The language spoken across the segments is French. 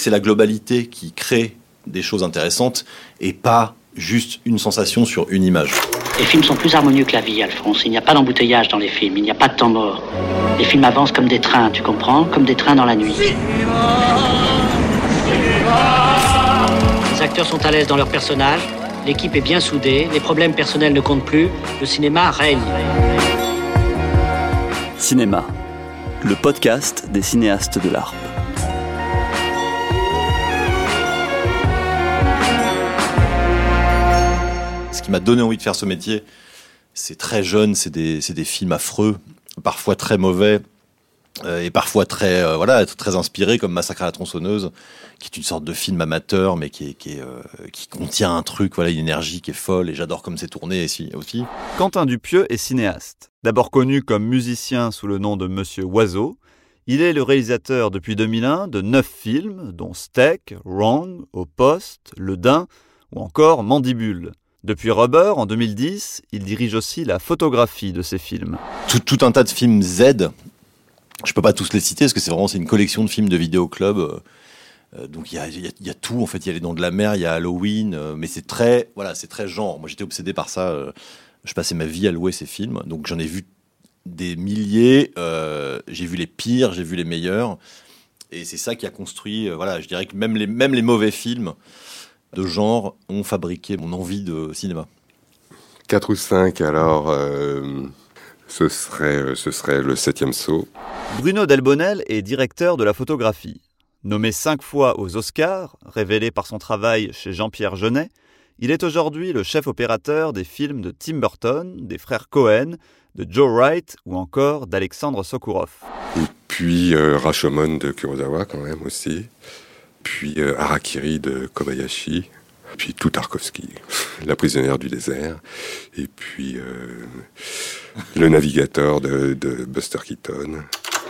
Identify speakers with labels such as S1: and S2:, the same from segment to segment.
S1: que c'est la globalité qui crée des choses intéressantes et pas juste une sensation sur une image.
S2: Les films sont plus harmonieux que la vie, Alphonse. Il n'y a pas d'embouteillage dans les films, il n'y a pas de temps mort. Les films avancent comme des trains, tu comprends ? Comme des trains dans la nuit. Les acteurs sont à l'aise dans leurs personnages, l'équipe est bien soudée, les problèmes personnels ne comptent plus, le cinéma règne.
S3: Cinéma, le podcast des cinéastes de l'ARP.
S1: Ce qui m'a donné envie de faire ce métier, c'est très jeune, c'est des films affreux, parfois très mauvais, et parfois très inspirés, comme Massacre à la tronçonneuse, qui est une sorte de film amateur, mais qui contient un truc, une énergie qui est folle, et j'adore comme c'est tourné aussi.
S4: Quentin Dupieux est cinéaste. D'abord connu comme musicien sous le nom de Monsieur Oiseau, il est le réalisateur depuis 2001 de 9 films, dont Steak, Wrong, Au Poste, Le Dain ou encore Mandibule. Depuis Rubber, en 2010, il dirige aussi la photographie de ses films.
S1: Tout un tas de films Z, je peux pas tous les citer parce que c'est une collection de films de vidéoclub. Donc il y a tout, en fait, il y a Les Dents de la Mer, il y a Halloween, mais c'est très genre. Moi j'étais obsédé par ça, je passais ma vie à louer ces films, donc j'en ai vu des milliers, j'ai vu les pires, j'ai vu les meilleurs, et c'est ça qui a construit, je dirais que même les mauvais films de genre ont fabriqué mon envie de cinéma.
S5: 4 ou 5, alors ce serait Le 7e saut.
S4: Bruno Delbonnel est directeur de la photographie. Nommé 5 fois aux Oscars, révélé par son travail chez Jean-Pierre Jeunet, il est aujourd'hui le chef opérateur des films de Tim Burton, des frères Cohen, de Joe Wright ou encore d'Alexandre Sokourov.
S5: Et puis Rashomon de Kurosawa quand même aussi. Puis Harakiri de Kobayashi, puis tout Tarkovsky, La prisonnière du désert, et puis Le navigateur de Buster Keaton.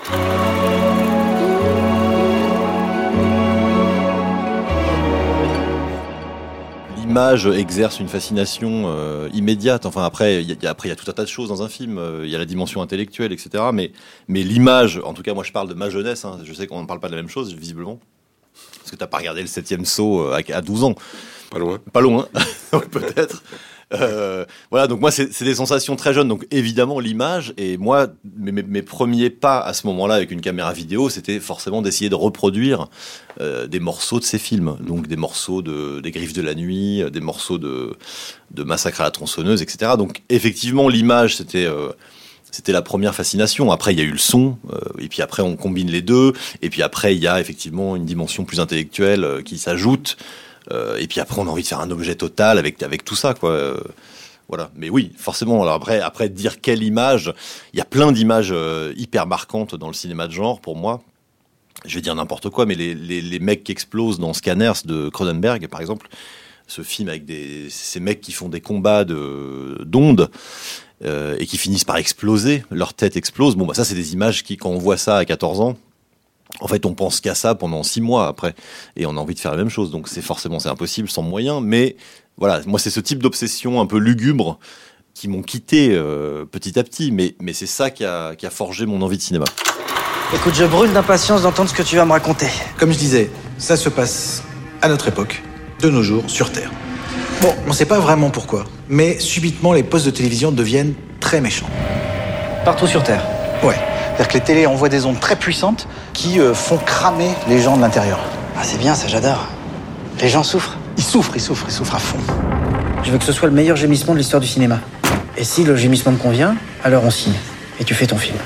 S1: L'image exerce une fascination immédiate. Enfin, après, il y a tout un tas de choses dans un film. Il y a la dimension intellectuelle, etc. Mais l'image, en tout cas, moi je parle de ma jeunesse, je sais qu'on ne parle pas de la même chose, visiblement. Parce que t'as pas regardé le 7e saut à 12 ans. Pas loin, peut-être. Donc moi, c'est des sensations très jeunes. Donc évidemment, l'image, et moi, mes premiers pas à ce moment-là avec une caméra vidéo, c'était forcément d'essayer de reproduire des morceaux de ces films. Donc des morceaux des Griffes de la nuit, des morceaux de Massacre à la tronçonneuse, etc. Donc effectivement, l'image, c'était la première fascination. Après, il y a eu le son, et puis après, on combine les deux. Et puis après, il y a effectivement une dimension plus intellectuelle qui s'ajoute. Et puis après, on a envie de faire un objet total avec tout ça, quoi. Voilà. Mais oui, forcément. Alors après, dire quelle image, il y a plein d'images hyper marquantes dans le cinéma de genre, pour moi. Je vais dire n'importe quoi, mais les mecs qui explosent dans Scanners de Cronenberg, par exemple, ce film avec ces mecs qui font des combats d'ondes, et qui finissent par exploser, leur tête explose. Bon, ça, c'est des images qui, quand on voit ça à 14 ans, en fait, on pense qu'à ça pendant 6 mois après. Et on a envie de faire la même chose. Donc, c'est impossible sans moyens. Mais voilà, moi, c'est ce type d'obsession un peu lugubre qui m'ont quitté petit à petit. Mais c'est ça qui a forgé mon envie de cinéma.
S6: Écoute, je brûle d'impatience d'entendre ce que tu vas me raconter. Comme je disais, ça se passe à notre époque, de nos jours, sur Terre. Bon, on sait pas vraiment pourquoi, mais subitement, les postes de télévision deviennent très méchants. Partout sur Terre. Ouais. C'est-à-dire que les télés envoient des ondes très puissantes qui font cramer les gens de l'intérieur.
S7: Ah, c'est bien, ça, j'adore. Les gens souffrent.
S6: Ils souffrent à fond.
S7: Je veux que ce soit le meilleur gémissement de l'histoire du cinéma. Et si le gémissement me convient, alors on signe. Et tu fais ton film.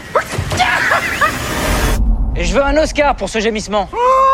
S2: Et je veux un Oscar pour ce gémissement.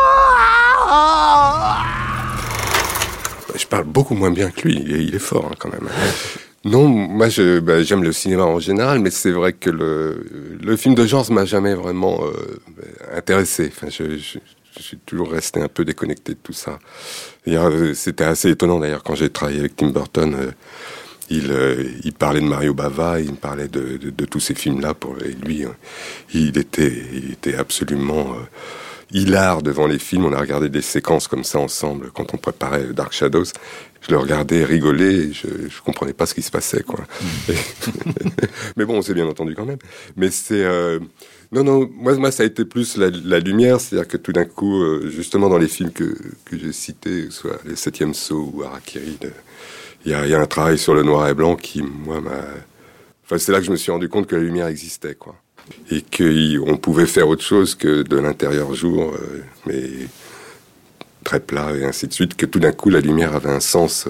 S5: Je parle beaucoup moins bien que lui, il est fort quand même. Non, moi j'aime le cinéma en général, mais c'est vrai que le film de genre m'a jamais vraiment intéressé. Enfin, je suis toujours resté un peu déconnecté de tout ça. C'était assez étonnant d'ailleurs quand j'ai travaillé avec Tim Burton. Il parlait de Mario Bava, il me parlait de tous ces films-là. Et lui, il était absolument hilar devant les films. On a regardé des séquences comme ça ensemble quand on préparait Dark Shadows. Je le regardais rigoler et je comprenais pas ce qui se passait, quoi. Mais bon, on s'est bien entendu quand même. Mais Non, moi, ça a été plus la lumière, c'est-à-dire que tout d'un coup, justement dans les films que j'ai cités, soit Les Septième Saut ou Harakiri, il y a un travail sur le noir et blanc qui, moi, Enfin, c'est là que je me suis rendu compte que la lumière existait, quoi. Et qu'on pouvait faire autre chose que de l'intérieur jour, mais très plat et ainsi de suite, que tout d'un coup, la lumière avait un sens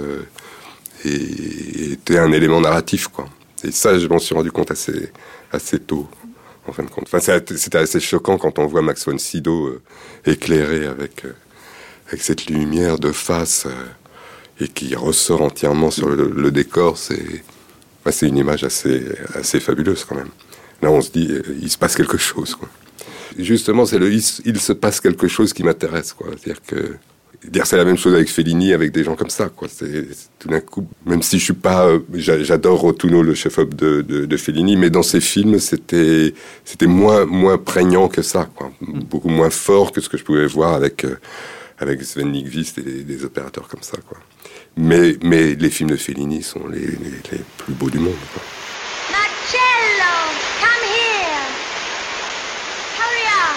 S5: et était un élément narratif, quoi. Et ça, je m'en suis rendu compte assez tôt, en fin de compte. Enfin, c'était assez choquant quand on voit Max von Sydow éclairé avec cette lumière de face et qui ressort entièrement sur le décor. C'est une image assez fabuleuse, quand même. Là, on se dit, il se passe quelque chose, quoi. Justement, c'est il se passe quelque chose qui m'intéresse, quoi. C'est-à-dire c'est la même chose avec Fellini, avec des gens comme ça, quoi. C'est tout d'un coup, même si je suis pas, j'adore Rotunno, le chef-op de Fellini, mais dans ses films, c'était moins prégnant que ça, quoi. Beaucoup moins fort que ce que je pouvais voir avec Sven Nykvist et des opérateurs comme ça, quoi. Mais les films de Fellini sont les plus beaux du monde, quoi.
S8: Marcello, come here. Hurry up.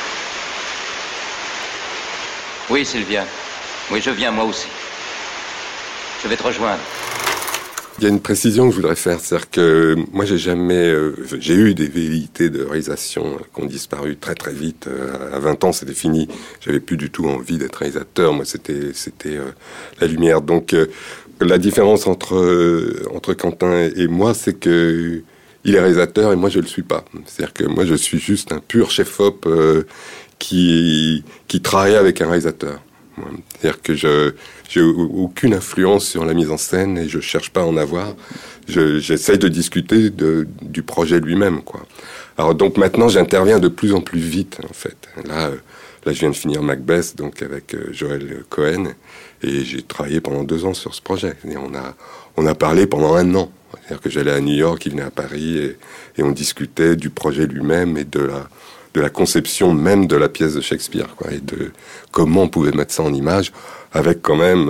S9: Oui, Sylvia. Oui, je viens, moi aussi. Je vais te rejoindre.
S5: Il y a une précision que je voudrais faire, c'est-à-dire que moi j'ai eu des velléités de réalisation qui ont disparu très très vite. À 20 ans, c'était fini. J'avais plus du tout envie d'être réalisateur. Moi, c'était la lumière. Donc, la différence entre Quentin et moi, c'est que il est réalisateur et moi je le suis pas. C'est-à-dire que moi, je suis juste un pur chef-op qui travaille avec un réalisateur. C'est-à-dire que j'ai aucune influence sur la mise en scène et je cherche pas à en avoir. J'essaye de discuter du projet lui-même, quoi. Alors donc maintenant, j'interviens de plus en plus vite, en fait. Là, je viens de finir Macbeth, donc avec Joel Cohen, et j'ai travaillé pendant 2 ans sur ce projet. Et on a parlé pendant 1 an. C'est-à-dire que j'allais à New York, il venait à Paris, et on discutait du projet lui-même et de la conception même de la pièce de Shakespeare, quoi, et de comment on pouvait mettre ça en image, avec quand même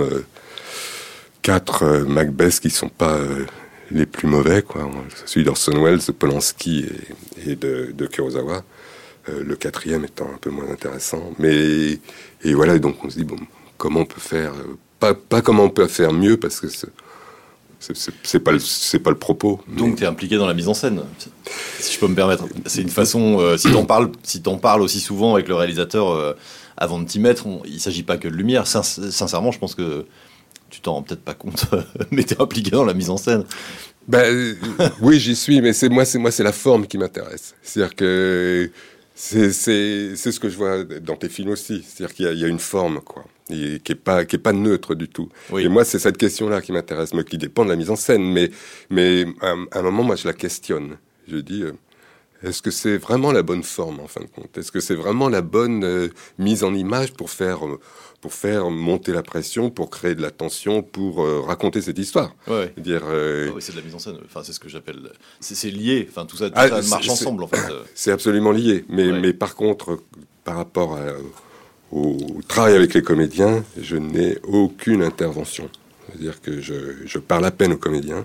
S5: 4 Macbeth qui sont pas les plus mauvais, quoi. Celui d'Orson Welles, de Polanski et de Kurosawa, le 4e étant un peu moins intéressant. Et voilà, et donc on se dit, bon, comment on peut faire, pas comment on peut faire mieux, parce que c'est pas le propos.
S1: Donc tu es impliqué dans la mise en scène, si je peux me permettre. C'est une façon, si t'en parles aussi souvent avec le réalisateur avant de t'y mettre, il s'agit pas que de lumière. Sincèrement, je pense que tu t'en rends peut-être pas compte, mais t'es impliqué dans la mise en scène.
S5: Oui, j'y suis, mais c'est la forme qui m'intéresse. C'est-à-dire que c'est ce que je vois dans tes films aussi. C'est-à-dire qu'il y a une forme, quoi, et qui est pas neutre du tout. Oui. Et moi, c'est cette question-là qui m'intéresse, mais qui dépend de la mise en scène. Mais à un moment, moi, je la questionne. Je dis, est-ce que c'est vraiment la bonne forme, en fin de compte? Est-ce que c'est vraiment la bonne mise en image pour faire monter la pression, pour créer de la tension, pour raconter cette histoire?
S1: Ouais.
S5: Dire,
S1: oui, c'est de la mise en scène. Enfin, c'est ce que j'appelle. C'est lié. Enfin, tout ça marche ensemble, en fait.
S5: C'est absolument lié. Mais par contre, par rapport au travail avec les comédiens, je n'ai aucune intervention. C'est-à-dire que je parle à peine aux comédiens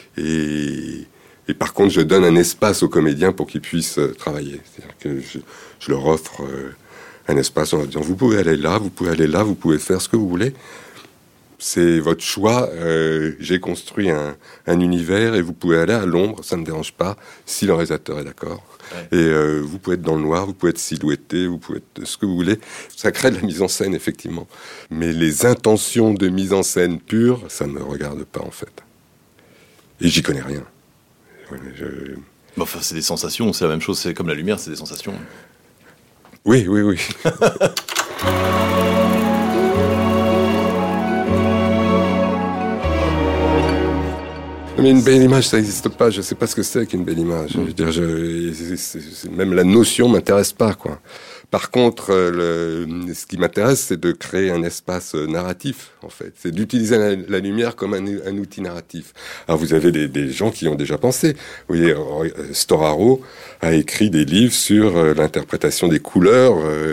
S5: et par contre, je donne un espace aux comédiens pour qu'ils puissent travailler. C'est-à-dire que je leur offre un espace en leur disant, vous pouvez aller là, vous pouvez aller là, vous pouvez faire ce que vous voulez. C'est votre choix. J'ai construit un univers et vous pouvez aller à l'ombre, ça ne me dérange pas, si le réalisateur est d'accord. Ouais. Et vous pouvez être dans le noir, vous pouvez être silhouetté, vous pouvez être ce que vous voulez. Ça crée de la mise en scène, effectivement. Mais les intentions de mise en scène pure, ça ne me regarde pas, en fait. Et j'y connais rien.
S1: Enfin, c'est des sensations, c'est la même chose, c'est comme la lumière, c'est des sensations.
S5: Oui. Mais une belle image, ça n'existe pas. Je ne sais pas ce que c'est qu'une belle image. Je veux dire, même la notion m'intéresse pas, quoi. Par contre, ce qui m'intéresse, c'est de créer un espace narratif, en fait. C'est d'utiliser la lumière comme un outil narratif. Alors, vous avez des gens qui ont déjà pensé. Vous voyez, Storaro a écrit des livres sur l'interprétation des couleurs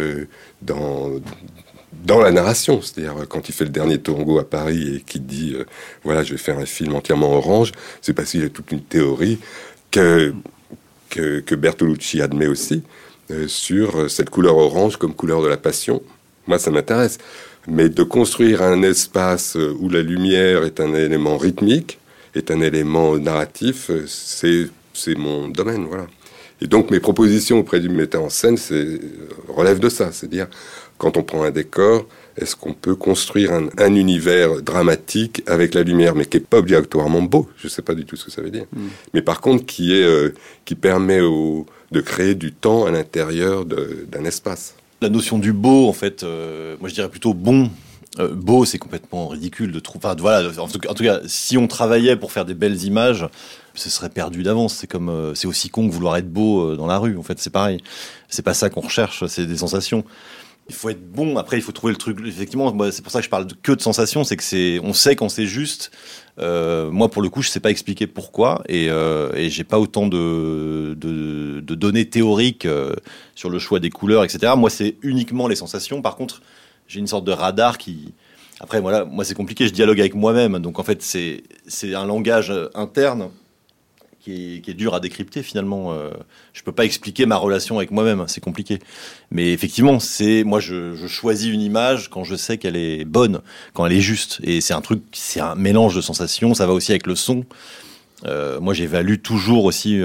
S5: dans la narration. C'est-à-dire, quand il fait le dernier tango à Paris et qu'il dit voilà, je vais faire un film entièrement orange, c'est parce qu'il y a toute une théorie que Bertolucci admet aussi, sur cette couleur orange comme couleur de la passion. Moi, ça m'intéresse. Mais de construire un espace où la lumière est un élément rythmique, est un élément narratif, c'est mon domaine, voilà. Et donc, mes propositions auprès du metteur en scène relèvent de ça. C'est-à-dire, quand on prend un décor, est-ce qu'on peut construire un univers dramatique avec la lumière, mais qui n'est pas obligatoirement beau, je ne sais pas du tout ce que ça veut dire, mais par contre qui permet de créer du temps à l'intérieur d'un espace.
S1: La notion du beau, en fait, moi je dirais plutôt bon. Beau, c'est complètement ridicule de trouver. Enfin, voilà, en tout cas, si on travaillait pour faire des belles images, ce serait perdu d'avance. C'est aussi con que vouloir être beau dans la rue. En fait, c'est pareil. C'est pas ça qu'on recherche. C'est des sensations. Il faut être bon. Après, il faut trouver le truc. Effectivement, moi, c'est pour ça que je parle que de sensations. C'est que on sait quand c'est juste. Moi, pour le coup, je sais pas expliquer pourquoi, et j'ai pas autant de données théoriques sur le choix des couleurs, etc. Moi, c'est uniquement les sensations. Par contre, j'ai une sorte de radar qui. Après, voilà, moi, c'est compliqué. Je dialogue avec moi-même. Donc, en fait, c'est un langage interne qui est dur à décrypter finalement. Je peux pas expliquer ma relation avec moi-même, c'est compliqué. Mais effectivement, moi je choisis une image quand je sais qu'elle est bonne, quand elle est juste. Et c'est un mélange de sensations. Ça va aussi avec le son. Moi, j'évalue toujours aussi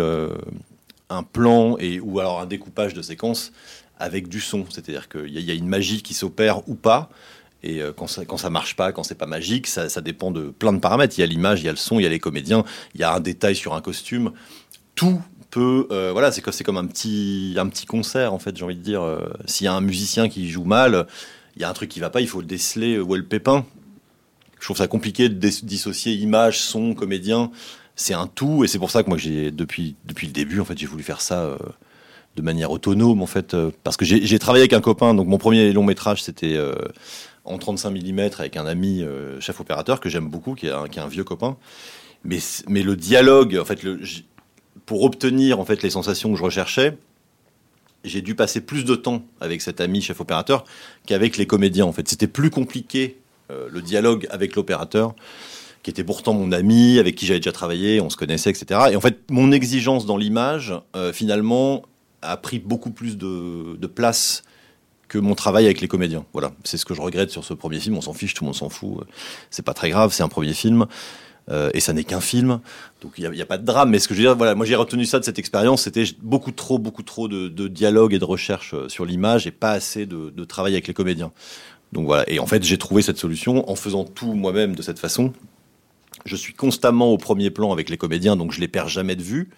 S1: un plan ou alors un découpage de séquence avec du son. C'est-à-dire qu'il y a une magie qui s'opère ou pas. Et quand ça marche pas, quand c'est pas magique, ça dépend de plein de paramètres. Il y a l'image, il y a le son, il y a les comédiens, il y a un détail sur un costume. Tout peut, voilà, c'est comme un petit concert en fait. J'ai envie de dire, s'il y a un musicien qui joue mal, il y a un truc qui va pas, il faut le déceler où est le pépin. Je trouve ça compliqué de dissocier image, son, comédien. C'est un tout, et c'est pour ça que moi depuis le début en fait, j'ai voulu faire ça. De manière autonome en fait, parce que j'ai travaillé avec un copain. Donc mon premier long métrage c'était en 35 mm avec un ami chef opérateur que j'aime beaucoup, qui est un vieux copain. Mais le dialogue, en fait, pour obtenir en fait les sensations que je recherchais, j'ai dû passer plus de temps avec cet ami chef opérateur qu'avec les comédiens. En fait, c'était plus compliqué le dialogue avec l'opérateur, qui était pourtant mon ami, avec qui j'avais déjà travaillé, on se connaissait, etc. Et en fait, mon exigence dans l'image, finalement, a pris beaucoup plus de place que mon travail avec les comédiens. Voilà, c'est ce que je regrette sur ce premier film. On s'en fiche, tout le monde s'en fout. C'est pas très grave, c'est un premier film. Et ça n'est qu'un film. Donc il n'y a pas de drame. Mais ce que je veux dire, voilà, moi j'ai retenu ça de cette expérience, c'était beaucoup trop de dialogue et de recherche sur l'image et pas assez de travail avec les comédiens. Donc voilà, et en fait j'ai trouvé cette solution en faisant tout moi-même de cette façon. Je suis constamment au premier plan avec les comédiens, donc je les perds jamais de vue.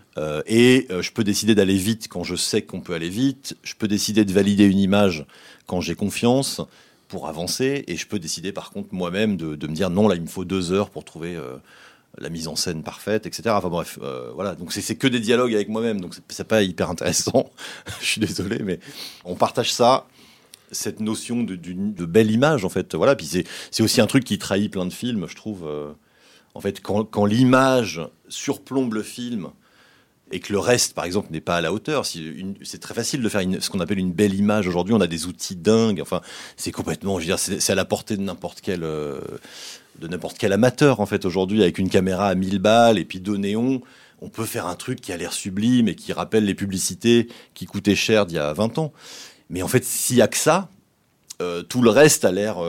S1: Je peux décider d'aller vite quand je sais qu'on peut aller vite. Je peux décider de valider une image quand j'ai confiance pour avancer. Et je peux décider par contre moi-même de me dire non, là il me faut 2 heures pour trouver la mise en scène parfaite, etc. Enfin bref, voilà. Donc c'est que des dialogues avec moi-même, donc c'est pas hyper intéressant. Je suis désolé, mais on partage ça. Cette notion de belle image, en fait. Voilà. Puis c'est aussi un truc qui trahit plein de films, je trouve. En fait, quand l'image surplombe le film et que le reste, par exemple, n'est pas à la hauteur, c'est très facile de faire ce qu'on appelle une belle image. Aujourd'hui, on a des outils dingues. Enfin, c'est complètement, je veux dire, c'est à la portée de n'importe quel amateur, en fait, aujourd'hui, avec une caméra à 1000 balles et puis 2 néons. On peut faire un truc qui a l'air sublime et qui rappelle les publicités qui coûtaient cher d'il y a 20 ans. Mais en fait, s'il y a que ça, tout le reste a l'air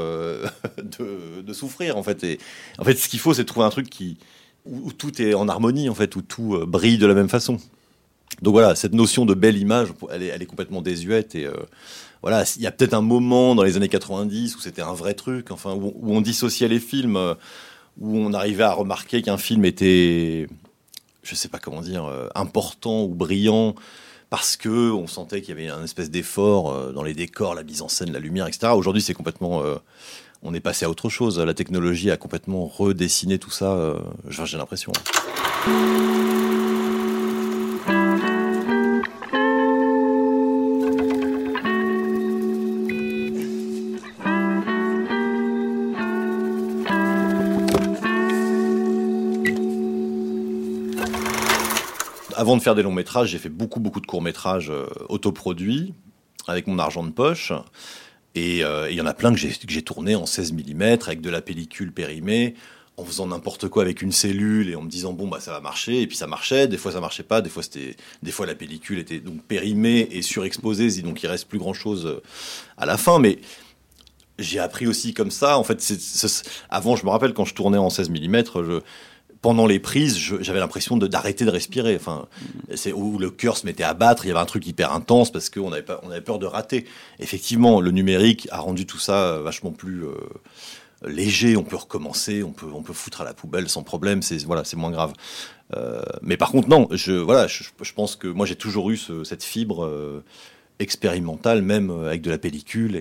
S1: de souffrir, en fait. Et en fait, ce qu'il faut, c'est trouver un truc où tout est en harmonie, en fait, où tout brille de la même façon. Donc voilà, cette notion de belle image, elle est complètement désuète. Et voilà, il y a peut-être un moment dans les années 90 où c'était un vrai truc, enfin, où on dissociait les films, où on arrivait à remarquer qu'un film était, je sais pas comment dire, important ou brillant, parce que on sentait qu'il y avait un espèce d'effort dans les décors, la mise en scène, la lumière, etc. Aujourd'hui, c'est complètement... on est passé à autre chose. La technologie a complètement redessiné tout ça, j'ai l'impression. Avant de faire des longs métrages, j'ai fait beaucoup de courts métrages autoproduits avec mon argent de poche. Et il y en a plein que j'ai tourné en 16 mm avec de la pellicule périmée, en faisant n'importe quoi avec une cellule et en me disant bon bah ça va marcher, et puis ça marchait, des fois ça marchait pas, des fois la pellicule était donc périmée et surexposée, donc il reste plus grand chose à la fin. Mais j'ai appris aussi comme ça, en fait. Avant, je me rappelle quand je tournais en 16 mm, pendant les prises, j'avais l'impression d'arrêter de respirer. Enfin, c'est où le cœur se mettait à battre. Il y avait un truc hyper intense parce qu'on avait peur de rater. Effectivement, le numérique a rendu tout ça vachement plus léger. On peut recommencer, on peut foutre à la poubelle sans problème. C'est moins grave. Mais par contre, non. Je pense que moi, j'ai toujours eu cette fibre expérimentale, même avec de la pellicule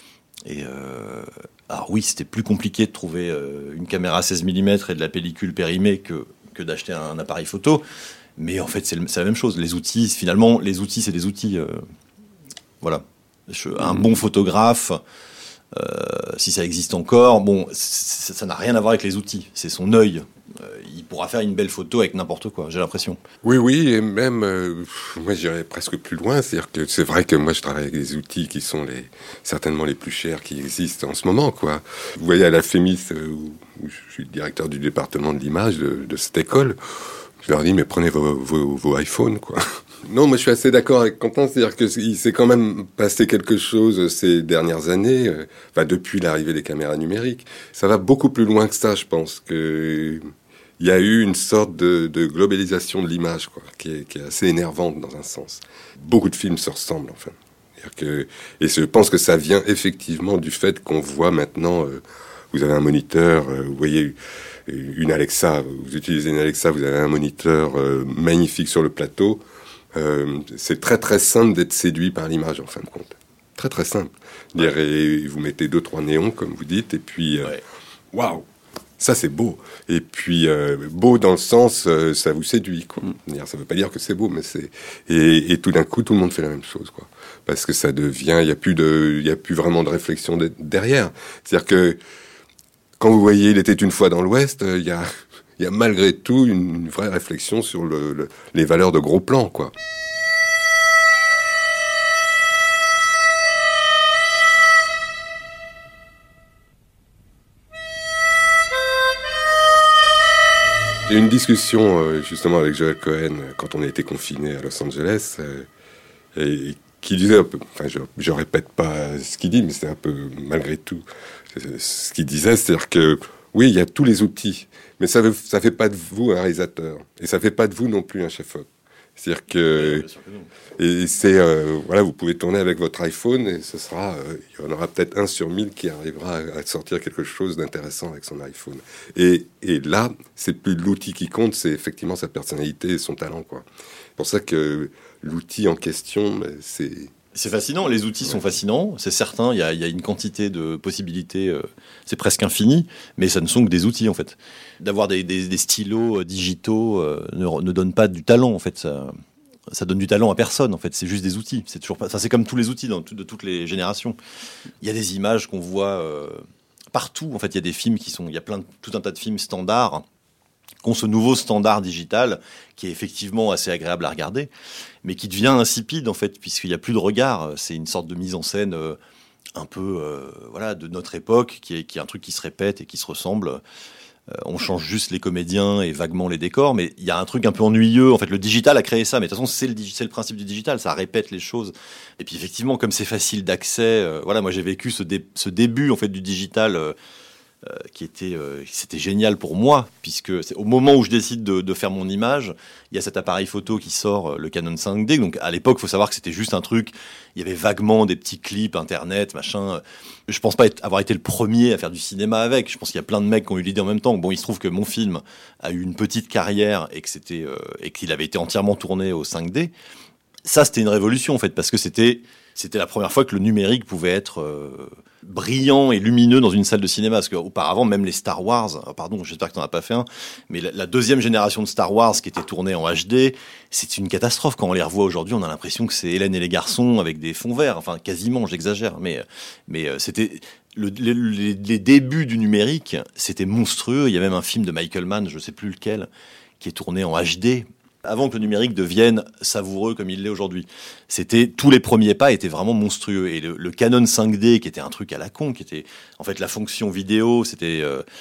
S1: alors oui, c'était plus compliqué de trouver une caméra 16 mm et de la pellicule périmée que d'acheter un appareil photo. Mais en fait, c'est la même chose. Les outils, finalement, c'est des outils. Voilà. Un bon photographe, si ça existe encore, bon, ça n'a rien à voir avec les outils. C'est son œil. Il pourra faire une belle photo avec n'importe quoi, j'ai l'impression.
S5: Oui, et même, moi j'irais presque plus loin, c'est-à-dire que c'est vrai que moi je travaille avec des outils qui sont certainement les plus chers qui existent en ce moment, quoi. Vous voyez, à la FEMIS, où je suis le directeur du département de l'image de cette école, je leur dis, mais prenez vos iPhones, quoi. Non, moi je suis assez d'accord avec Quentin, c'est-à-dire qu'il s'est quand même passé quelque chose ces dernières années, depuis l'arrivée des caméras numériques. Ça va beaucoup plus loin que ça, je pense, que il y a eu une sorte de globalisation de l'image, quoi, qui est assez énervante dans un sens. Beaucoup de films se ressemblent, enfin. Et je pense que ça vient effectivement du fait qu'on voit maintenant, vous avez un moniteur, vous voyez une Alexa, vous utilisez une Alexa, vous avez un moniteur magnifique sur le plateau. C'est très très simple d'être séduit par l'image, en fin de compte. Très très simple. Et vous mettez 2-3 néons, comme vous dites, et puis waouh, ça c'est beau. Et puis beau dans le sens, ça vous séduit, quoi. Ça veut pas dire que c'est beau, mais c'est et tout d'un coup tout le monde fait la même chose, quoi. Parce que ça devient, il y a plus vraiment de réflexion derrière. C'est-à-dire que quand vous voyez Il était une fois dans l'Ouest, il y a malgré tout une vraie réflexion sur les valeurs de gros plans, quoi. J'ai eu une discussion justement avec Joel Cohen quand on a été confinés à Los Angeles et qui disait un peu, enfin je répète pas ce qu'il dit, mais c'est un peu malgré tout ce qu'il disait, c'est-à-dire que oui, il y a tous les outils, mais ça fait pas de vous un réalisateur et ça fait pas de vous non plus un chef-op. C'est-à-dire que et c'est vous pouvez tourner avec votre iPhone et ce sera il y en aura peut-être 1 sur 1000 qui arrivera à sortir quelque chose d'intéressant avec son iPhone. Et là, c'est plus l'outil qui compte, c'est effectivement sa personnalité et son talent, quoi. C'est pour ça que l'outil en question,
S1: c'est fascinant, les outils sont fascinants, c'est certain, il y a une quantité de possibilités, c'est presque infini, mais ça ne sont que des outils, en fait. D'avoir des stylos digitaux ne donne pas du talent, en fait, ça donne du talent à personne, en fait, c'est juste des outils. C'est toujours pas, enfin, c'est comme tous les outils de toutes les générations. Il y a des images qu'on voit partout, en fait, il y a des films il y a tout un tas de films standards, qui ont ce nouveau standard digital qui est effectivement assez agréable à regarder, mais qui devient insipide en fait, puisqu'il n'y a plus de regard. C'est une sorte de mise en scène un peu de notre époque, qui est un truc qui se répète et qui se ressemble. On change juste les comédiens et vaguement les décors, mais il y a un truc un peu ennuyeux. En fait, le digital a créé ça, mais de toute façon, c'est le principe du digital, ça répète les choses. Et puis effectivement, comme c'est facile d'accès, moi j'ai vécu ce début en fait du digital. C'était génial pour moi, puisque c'est au moment où je décide de faire mon image, il y a cet appareil photo qui sort, le Canon 5D. Donc à l'époque, il faut savoir que c'était juste un truc, il y avait vaguement des petits clips internet, machin. Je pense pas avoir été le premier à faire du cinéma avec. Je pense qu'il y a plein de mecs qui ont eu l'idée en même temps. Bon, il se trouve que mon film a eu une petite carrière et qu'il avait été entièrement tourné au 5D. Ça, c'était une révolution en fait, parce que c'était la première fois que le numérique pouvait être brillant et lumineux dans une salle de cinéma. Parce qu'auparavant, même les Star Wars, pardon, j'espère que t'en as pas fait un, mais la deuxième génération de Star Wars qui était tournée en HD, c'est une catastrophe. Quand on les revoit aujourd'hui, on a l'impression que c'est Hélène et les garçons avec des fonds verts. Enfin, quasiment, j'exagère, mais c'était les débuts du numérique, c'était monstrueux. Il y a même un film de Michael Mann, je sais plus lequel, qui est tourné en HD. Avant que le numérique devienne savoureux comme il l'est aujourd'hui. Tous les premiers pas étaient vraiment monstrueux. Et le Canon 5D, qui était un truc à la con, qui était en fait la fonction vidéo, c'était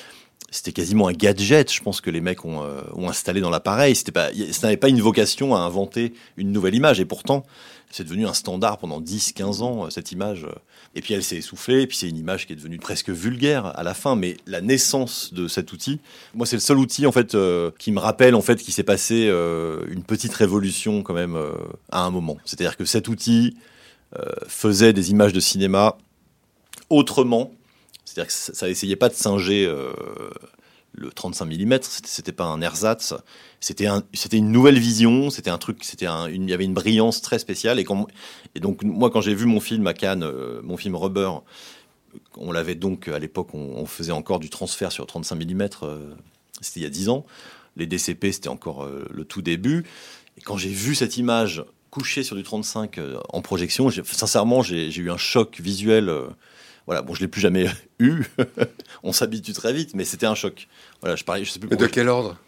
S1: c'était quasiment un gadget, je pense, que les mecs ont installé dans l'appareil. Ça n'avait pas une vocation à inventer une nouvelle image. Et pourtant, c'est devenu un standard pendant 10-15 ans, cette image. Et puis elle s'est essoufflée, et puis c'est une image qui est devenue presque vulgaire à la fin. Mais la naissance de cet outil, moi, c'est le seul outil, en fait, qui me rappelle, en fait, qu'il s'est passé une petite révolution, quand même, à un moment. C'est-à-dire que cet outil faisait des images de cinéma autrement. C'est-à-dire que ça essayait pas de singer le 35 mm, c'était pas un ersatz, c'était une nouvelle vision, c'était un truc, il y avait une brillance très spéciale. Et donc moi, quand j'ai vu mon film à Cannes, mon film Rubber, on l'avait donc à l'époque, on faisait encore du transfert sur 35 mm, c'était il y a 10 ans. Les DCP, c'était encore le tout début. Et quand j'ai vu cette image couchée sur du 35 en projection, sincèrement, j'ai eu un choc visuel. Voilà, bon, je l'ai plus jamais eu. On s'habitue très vite, mais c'était un choc. Voilà, je sais plus.
S5: Mais de quel ordre?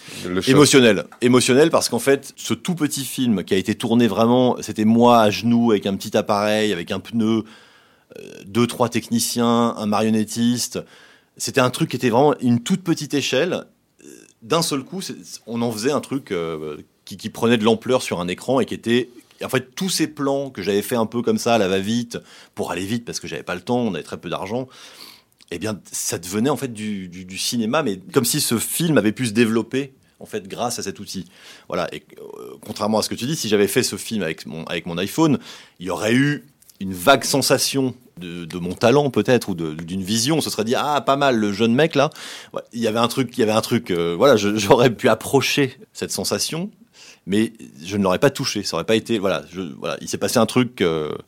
S1: Émotionnel, parce qu'en fait, ce tout petit film qui a été tourné vraiment, c'était moi à genoux avec un petit appareil, avec un pneu, 2-3 techniciens, un marionnettiste. C'était un truc qui était vraiment une toute petite échelle. D'un seul coup, on en faisait un truc qui prenait de l'ampleur sur un écran et qui était... En fait, tous ces plans que j'avais fait un peu comme ça, à la va-vite, pour aller vite, parce que j'avais pas le temps, on avait très peu d'argent, eh bien, ça devenait en fait du cinéma, mais comme si ce film avait pu se développer, en fait, grâce à cet outil. Voilà. Et contrairement à ce que tu dis, si j'avais fait ce film avec mon iPhone, il y aurait eu une vague sensation de mon talent, peut-être, ou d'une vision. On se serait dit, ah, pas mal, le jeune mec, là. Ouais, il y avait un truc, voilà, j'aurais pu approcher cette sensation, mais je ne l'aurais pas touché. Ça aurait pas été, voilà, il s'est passé un truc,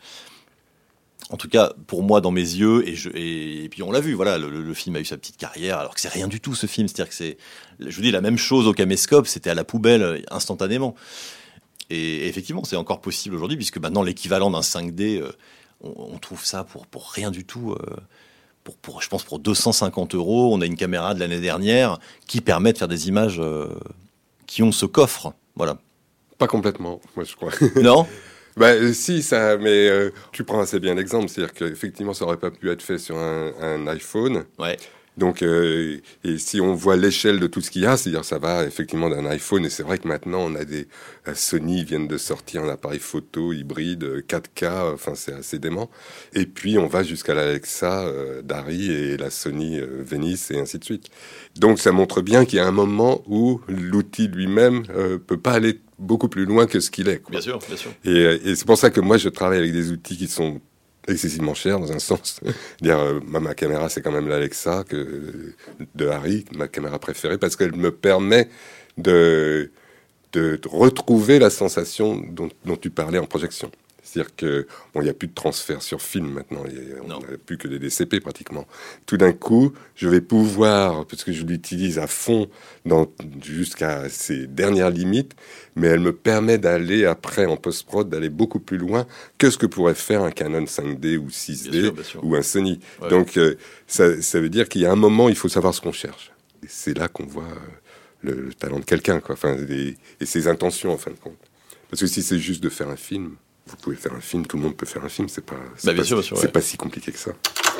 S1: en tout cas pour moi dans mes yeux, et puis on l'a vu. Voilà, le film a eu sa petite carrière, alors que c'est rien du tout ce film. C'est-à-dire que je vous dis, la même chose au caméscope, c'était à la poubelle instantanément. Et effectivement, c'est encore possible aujourd'hui, puisque maintenant l'équivalent d'un 5D, on trouve ça pour rien du tout. Je pense pour 250 €, on a une caméra de l'année dernière qui permet de faire des images qui ont ce coffre. Voilà.
S5: Pas complètement, moi je crois.
S1: Non.
S5: Si, ça, mais tu prends assez bien l'exemple, c'est-à-dire qu'effectivement ça aurait pas pu être fait sur un iPhone.
S1: Ouais.
S5: Donc, et si on voit l'échelle de tout ce qu'il y a, c'est-à-dire ça va effectivement d'un iPhone, et c'est vrai que maintenant on a Sony viennent de sortir un appareil photo hybride 4K, enfin c'est assez dément. Et puis on va jusqu'à l'Alexa d'Harry et la Sony Venice et ainsi de suite. Donc ça montre bien qu'il y a un moment où l'outil lui-même peut pas aller beaucoup plus loin que ce qu'il est, quoi.
S1: Bien sûr, bien sûr.
S5: Et c'est pour ça que moi je travaille avec des outils qui sont excessivement cher dans un sens. Ma caméra, c'est quand même l'Alexa de Harry, ma caméra préférée, parce qu'elle me permet de retrouver la sensation dont tu parlais en projection. C'est-à-dire que il n'y a plus de transfert sur film maintenant, on n'a plus que des DCP pratiquement. Tout d'un coup, je vais pouvoir, parce que je l'utilise à fond jusqu'à ses dernières limites, mais elle me permet d'aller après en post-prod, d'aller beaucoup plus loin que ce que pourrait faire un Canon 5D ou 6D bien sûr. Ou un Sony. Ouais. Donc ça veut dire qu'il y a un moment, il faut savoir ce qu'on cherche. Et c'est là qu'on voit le talent de quelqu'un, quoi. Enfin, et ses intentions en fin de compte. Parce que si c'est juste de faire un film, vous pouvez faire un film, tout le monde peut faire un film, c'est pas si compliqué que ça.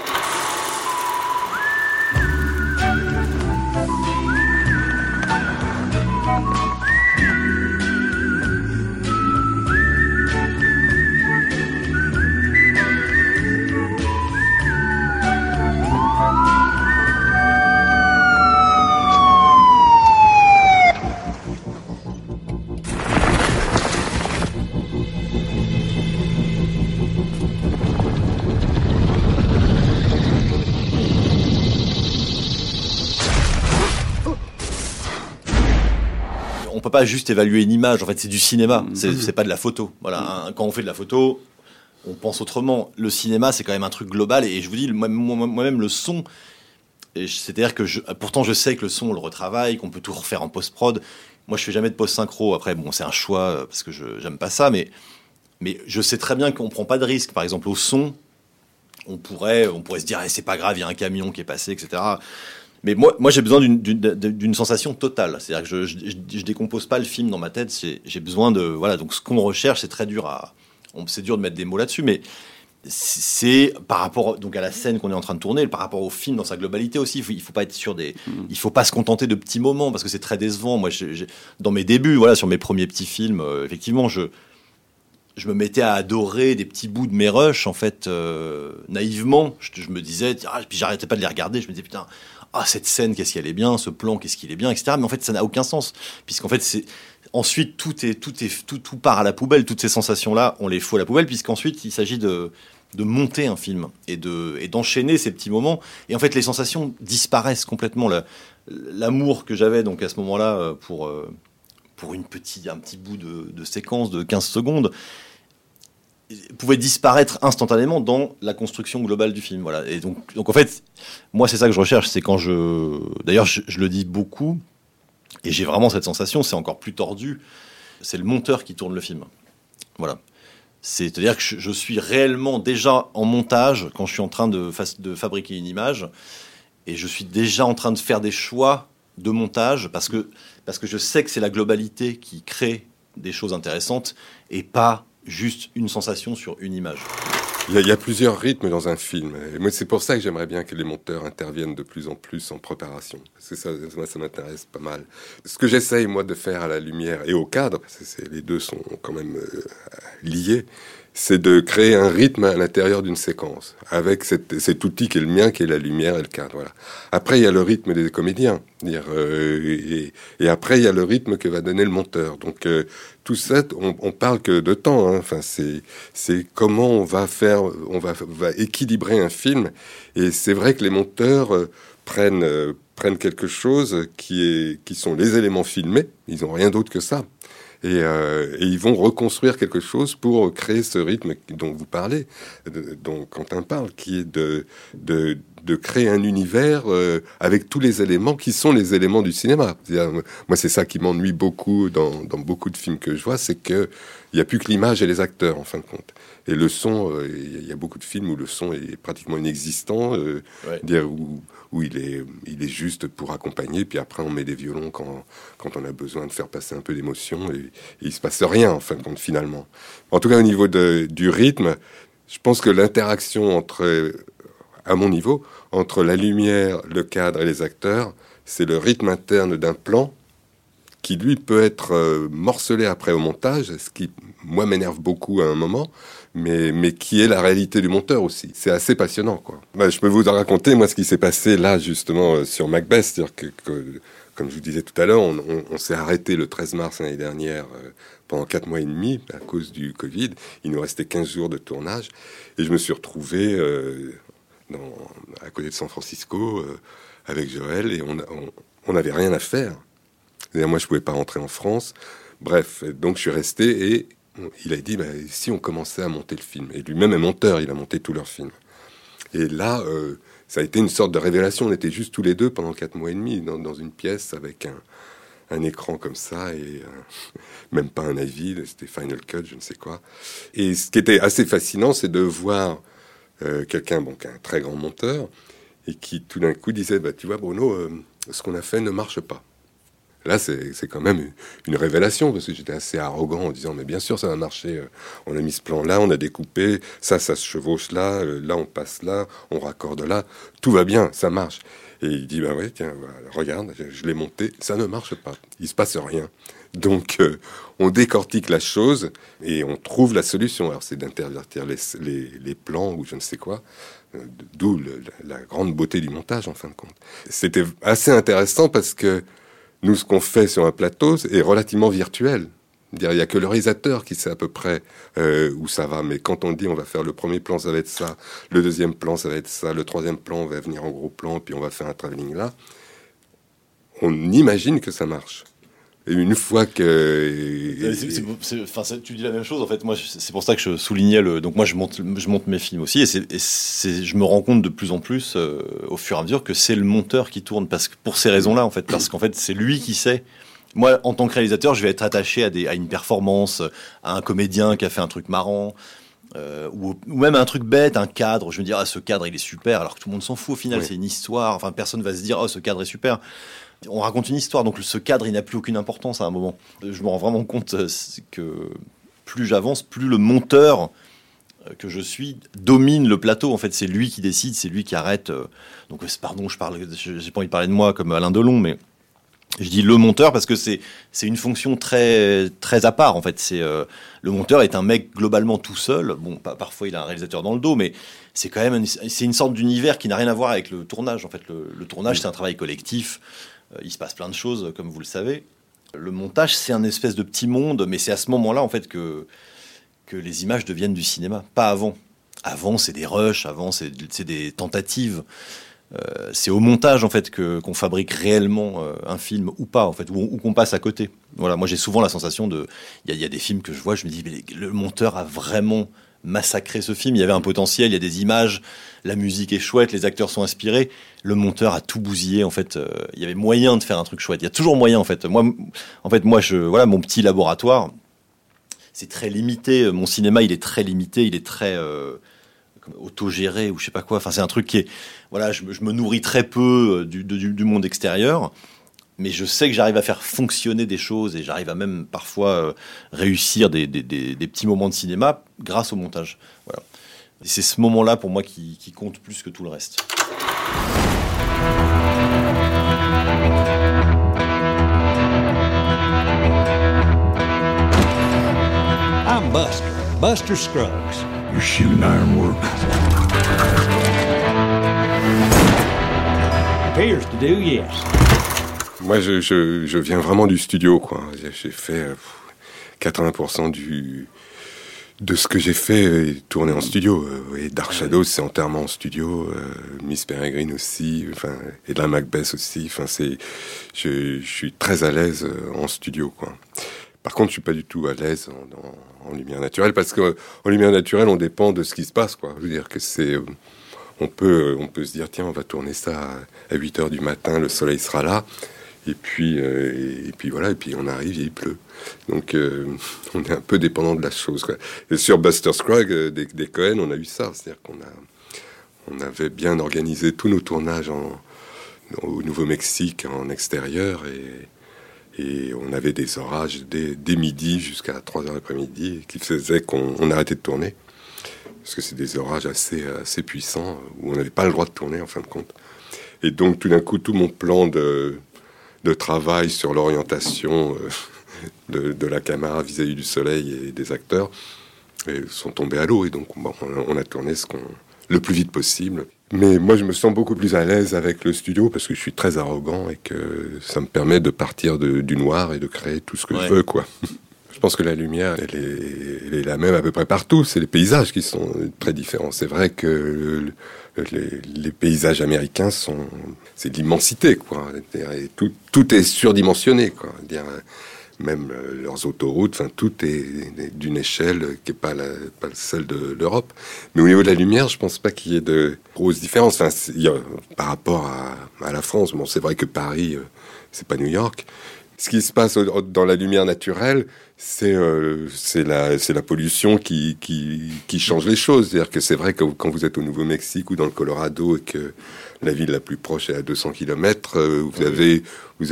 S1: On peut pas juste évaluer une image. En fait, c'est du cinéma. C'est pas de la photo. Voilà. Quand on fait de la photo, on pense autrement. Le cinéma, c'est quand même un truc global. Et je vous dis, moi-même, le son. C'est-à-dire que pourtant, je sais que le son, on le retravaille, qu'on peut tout refaire en post-prod. Moi, je fais jamais de post-synchro. Après, bon, c'est un choix parce que j'aime pas ça. Mais je sais très bien qu'on prend pas de risque. Par exemple, au son, on pourrait se dire, c'est pas grave, il y a un camion qui est passé, etc. Mais moi, j'ai besoin d'une sensation totale. C'est-à-dire que je décompose pas le film dans ma tête. J'ai besoin de, voilà. Donc, ce qu'on recherche, c'est très dur c'est dur de mettre des mots là-dessus, mais c'est par rapport donc à la scène qu'on est en train de tourner, par rapport au film dans sa globalité aussi. Il faut pas être il faut pas se contenter de petits moments parce que c'est très décevant. Moi, dans mes débuts, voilà, sur mes premiers petits films, effectivement, je me mettais à adorer des petits bouts de mes rushs, en fait, naïvement. Je me disais, puis j'arrêtais pas de les regarder. Je me disais, putain, cette scène, qu'est-ce qu'elle est bien, ce plan, qu'est-ce qu'il est bien, etc. Mais en fait, ça n'a aucun sens, puisqu'en fait, ensuite, tout part à la poubelle. Toutes ces sensations-là, on les fout à la poubelle, puisqu'ensuite, il s'agit de monter un film et d'enchaîner ces petits moments. Et en fait, les sensations disparaissent complètement. L'amour que j'avais donc à ce moment-là pour un petit bout de séquence de 15 secondes pouvait disparaître instantanément dans la construction globale du film. Voilà. Et donc en fait, moi, c'est ça que je recherche. C'est quand d'ailleurs, je le dis beaucoup, et j'ai vraiment cette sensation, c'est encore plus tordu, c'est le monteur qui tourne le film. Voilà. C'est-à-dire que je suis réellement déjà en montage quand je suis en train de fabriquer une image, et je suis déjà en train de faire des choix de montage parce que je sais que c'est la globalité qui crée des choses intéressantes et pas juste une sensation sur une image.
S5: Il y a plusieurs rythmes dans un film. Et moi, c'est pour ça que j'aimerais bien que les monteurs interviennent de plus en plus en préparation. Parce que ça m'intéresse pas mal. Ce que j'essaye, moi, de faire à la lumière et au cadre, parce que les deux sont quand même liés, c'est de créer un rythme à l'intérieur d'une séquence, avec cet outil qui est le mien, qui est la lumière et le cadre. Voilà. Après, il y a le rythme des comédiens, et après, il y a le rythme que va donner le monteur. Donc, tout ça, on parle que de temps. Hein. Enfin, c'est comment on va équilibrer un film. Et c'est vrai que les monteurs prennent quelque chose qui sont les éléments filmés. Ils n'ont rien d'autre que ça. Et ils vont reconstruire quelque chose pour créer ce rythme dont vous parlez, dont Quentin parle, qui est de créer un univers avec tous les éléments qui sont les éléments du cinéma. Moi, c'est ça qui m'ennuie beaucoup dans beaucoup de films que je vois, c'est qu'il n'y a plus que l'image et les acteurs, en fin de compte. Et le son, il y a beaucoup de films où le son est pratiquement inexistant, où il est juste pour accompagner, puis après on met des violons quand on a besoin de faire passer un peu d'émotion, et il se passe rien, en fin de compte, finalement. En tout cas, au niveau du rythme, je pense que l'interaction à mon niveau, entre la lumière, le cadre et les acteurs, c'est le rythme interne d'un plan qui, lui, peut être morcelé après au montage, ce qui, moi, m'énerve beaucoup à un moment, mais qui est la réalité du monteur aussi. C'est assez passionnant, quoi. Je peux vous en raconter, moi, ce qui s'est passé là, justement, sur Macbeth. C'est-à-dire que comme je vous disais tout à l'heure, on s'est arrêté le 13 mars l'année dernière pendant 4 mois et demi à cause du Covid. Il nous restait 15 jours de tournage. Et je me suis retrouvé à côté de San Francisco avec Joël, et on n'avait rien à faire. C'est-à-dire, moi, je pouvais pas rentrer en France. Bref, donc je suis resté, et il a dit, si on commençait à monter le film. Et lui-même est monteur, il a monté tout leur film. Et là, ça a été une sorte de révélation. On était juste tous les deux pendant 4 mois et demi dans une pièce avec un écran comme ça, et même pas un avis, c'était Final Cut, je ne sais quoi. Et ce qui était assez fascinant, c'est de voir quelqu'un, qui est un très grand monteur, et qui tout d'un coup disait, tu vois Bruno, ce qu'on a fait ne marche pas. Là, c'est quand même une révélation, parce que j'étais assez arrogant en disant, mais bien sûr, ça va marcher. On a mis ce plan-là, on a découpé, ça se chevauche là, là, on passe là, on raccorde là. Tout va bien, ça marche. Et il dit, ouais, tiens, regarde, je l'ai monté, ça ne marche pas. Il se passe rien. Donc, on décortique la chose et on trouve la solution. Alors, c'est d'intervertir les plans ou je ne sais quoi. D'où la grande beauté du montage, en fin de compte. C'était assez intéressant parce que nous, ce qu'on fait sur un plateau est relativement virtuel. Il n'y a que le réalisateur qui sait à peu près où ça va. Mais quand on dit on va faire le premier plan, ça va être ça, le deuxième plan, ça va être ça, le troisième plan, on va venir en gros plan, puis on va faire un travelling là, on imagine que ça marche. Et une fois que...
S1: tu dis la même chose, en fait. Moi, c'est pour ça que je soulignais donc moi, je monte mes films aussi, je me rends compte de plus en plus, au fur et à mesure, que c'est le monteur qui tourne, pour ces raisons-là, en fait. Parce qu'en fait, c'est lui qui sait. Moi, en tant que réalisateur, je vais être attaché à une performance, à un comédien qui a fait un truc marrant, ou même un truc bête, un cadre. Je me dis, ce cadre, il est super, alors que tout le monde s'en fout au final. Oui. C'est une histoire. Enfin, personne va se dire, ce cadre est super. On raconte une histoire, donc ce cadre, il n'a plus aucune importance à un moment. Je me rends vraiment compte que plus j'avance, plus le monteur que je suis domine le plateau. En fait, c'est lui qui décide, c'est lui qui arrête. Donc, pardon, j'ai pas envie de parler de moi comme Alain Delon, mais je dis le monteur parce que c'est une fonction très très à part. En fait, le monteur est un mec globalement tout seul. Bon, parfois il a un réalisateur dans le dos, mais c'est quand même c'est une sorte d'univers qui n'a rien à voir avec le tournage. En fait, le tournage c'est un travail collectif. Il se passe plein de choses, comme vous le savez. Le montage, c'est un espèce de petit monde, mais c'est à ce moment-là en fait que les images deviennent du cinéma, pas avant. Avant, c'est des rushs, avant, c'est des tentatives. C'est au montage, en fait, qu'on fabrique réellement un film ou pas, en fait, ou qu'on passe à côté. Voilà, moi, j'ai souvent la sensation de... Il y a des films que je vois, je me dis, mais le monteur a vraiment massacré ce film. Il y avait un potentiel, il y a des images, la musique est chouette, les acteurs sont inspirés. Le monteur a tout bousillé, en fait. Il y avait moyen de faire un truc chouette. Il y a toujours moyen, en fait. Moi, voilà, mon petit laboratoire... C'est très limité. Mon cinéma, il est très limité. Il est très autogéré ou je sais pas quoi. Enfin, c'est un truc qui est... Voilà, je me nourris très peu du monde extérieur. Mais je sais que j'arrive à faire fonctionner des choses et j'arrive à même parfois réussir des petits moments de cinéma grâce au montage. Voilà. Et c'est ce moment-là, pour moi, qui compte plus que tout le reste.
S10: I'm Buster Scruggs. You're shooting ironwork. Appears to do, yes.
S5: Moi, je viens vraiment du studio, quoi. J'ai fait 80% de ce que j'ai fait est tourné en studio. Et Dark Shadows, c'est entièrement en studio. Miss Peregrine aussi, enfin, et la Macbeth aussi. Enfin, je suis très à l'aise en studio, quoi. Par contre, je suis pas du tout à l'aise en lumière naturelle, parce que en lumière naturelle, on dépend de ce qui se passe, quoi. Je veux dire que on peut se dire, tiens, on va tourner ça à 8h du matin, le soleil sera là, et puis voilà, et puis on arrive et il pleut. Donc, on est un peu dépendant de la chose, quoi. Et sur Buster Scruggs, des Coen, on a eu ça, c'est-à-dire on avait bien organisé tous nos tournages au Nouveau-Mexique, en extérieur, et on avait des orages dès midi jusqu'à 3h l'après-midi qui faisaient qu'on arrêtait de tourner. Parce que c'est des orages assez puissants où on n'avait pas le droit de tourner en fin de compte. Et donc tout d'un coup, tout mon plan de travail sur l'orientation de la caméra vis-à-vis du soleil et des acteurs sont tombés à l'eau. Et donc on a tourné le plus vite possible. Mais moi, je me sens beaucoup plus à l'aise avec le studio parce que je suis très arrogant et que ça me permet de partir du noir et de créer tout ce que je veux, quoi. Je pense que la lumière, elle est la même à peu près partout. C'est les paysages qui sont très différents. C'est vrai que les paysages américains c'est l'immensité, quoi. Et tout est surdimensionné, quoi. Même leurs autoroutes, enfin tout est d'une échelle qui n'est pas celle de l'Europe. Mais au niveau de la lumière, je pense pas qu'il y ait de grosses différences. Enfin, par rapport à la France, bon, c'est vrai que Paris, c'est pas New York. Ce qui se passe dans la lumière naturelle, c'est la pollution qui change les choses. C'est-à-dire que c'est vrai que quand vous êtes au Nouveau-Mexique ou dans le Colorado et que la ville la plus proche est à 200 km, vous avez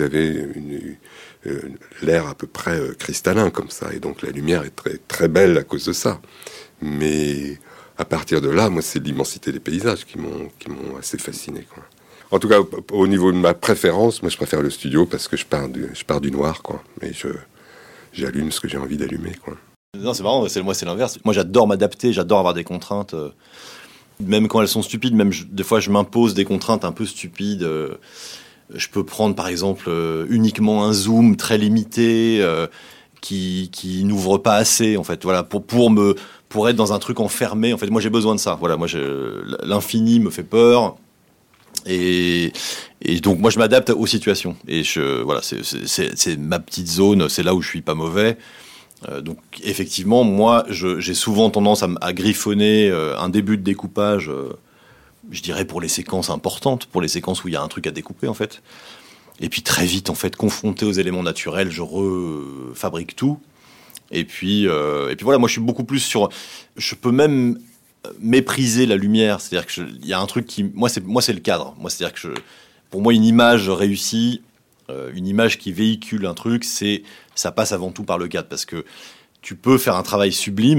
S5: l'air à peu près cristallin comme ça, et donc la lumière est très très belle à cause de ça. Mais à partir de là, moi, c'est l'immensité des paysages qui m'ont assez fasciné, quoi. En tout cas, au niveau de ma préférence, moi, je préfère le studio parce que je pars du noir, quoi. Mais j'allume ce que j'ai envie d'allumer, quoi.
S1: Non, c'est marrant. Moi, c'est l'inverse. Moi, j'adore m'adapter, j'adore avoir des contraintes, même quand elles sont stupides. Même des fois, je m'impose des contraintes un peu stupides. Je peux prendre, par exemple, uniquement un zoom très limité qui n'ouvre pas assez, en fait. Voilà, pour être dans un truc enfermé. En fait, moi, j'ai besoin de ça. Voilà, moi, l'infini me fait peur. Et donc, moi, je m'adapte aux situations. Et voilà, c'est ma petite zone. C'est là où je suis pas mauvais. Donc, effectivement, moi, j'ai souvent tendance à griffonner un début de découpage. Je dirais pour les séquences importantes, pour les séquences où il y a un truc à découper, en fait. Et puis très vite, en fait, confronté aux éléments naturels, je refabrique tout. Et puis voilà, moi je suis beaucoup plus sur... Je peux même mépriser la lumière, c'est-à-dire qu'il y a un truc qui... Moi c'est le cadre. Moi, c'est-à-dire que pour moi, une image réussie, une image qui véhicule un truc, ça passe avant tout par le cadre. Parce que tu peux faire un travail sublime,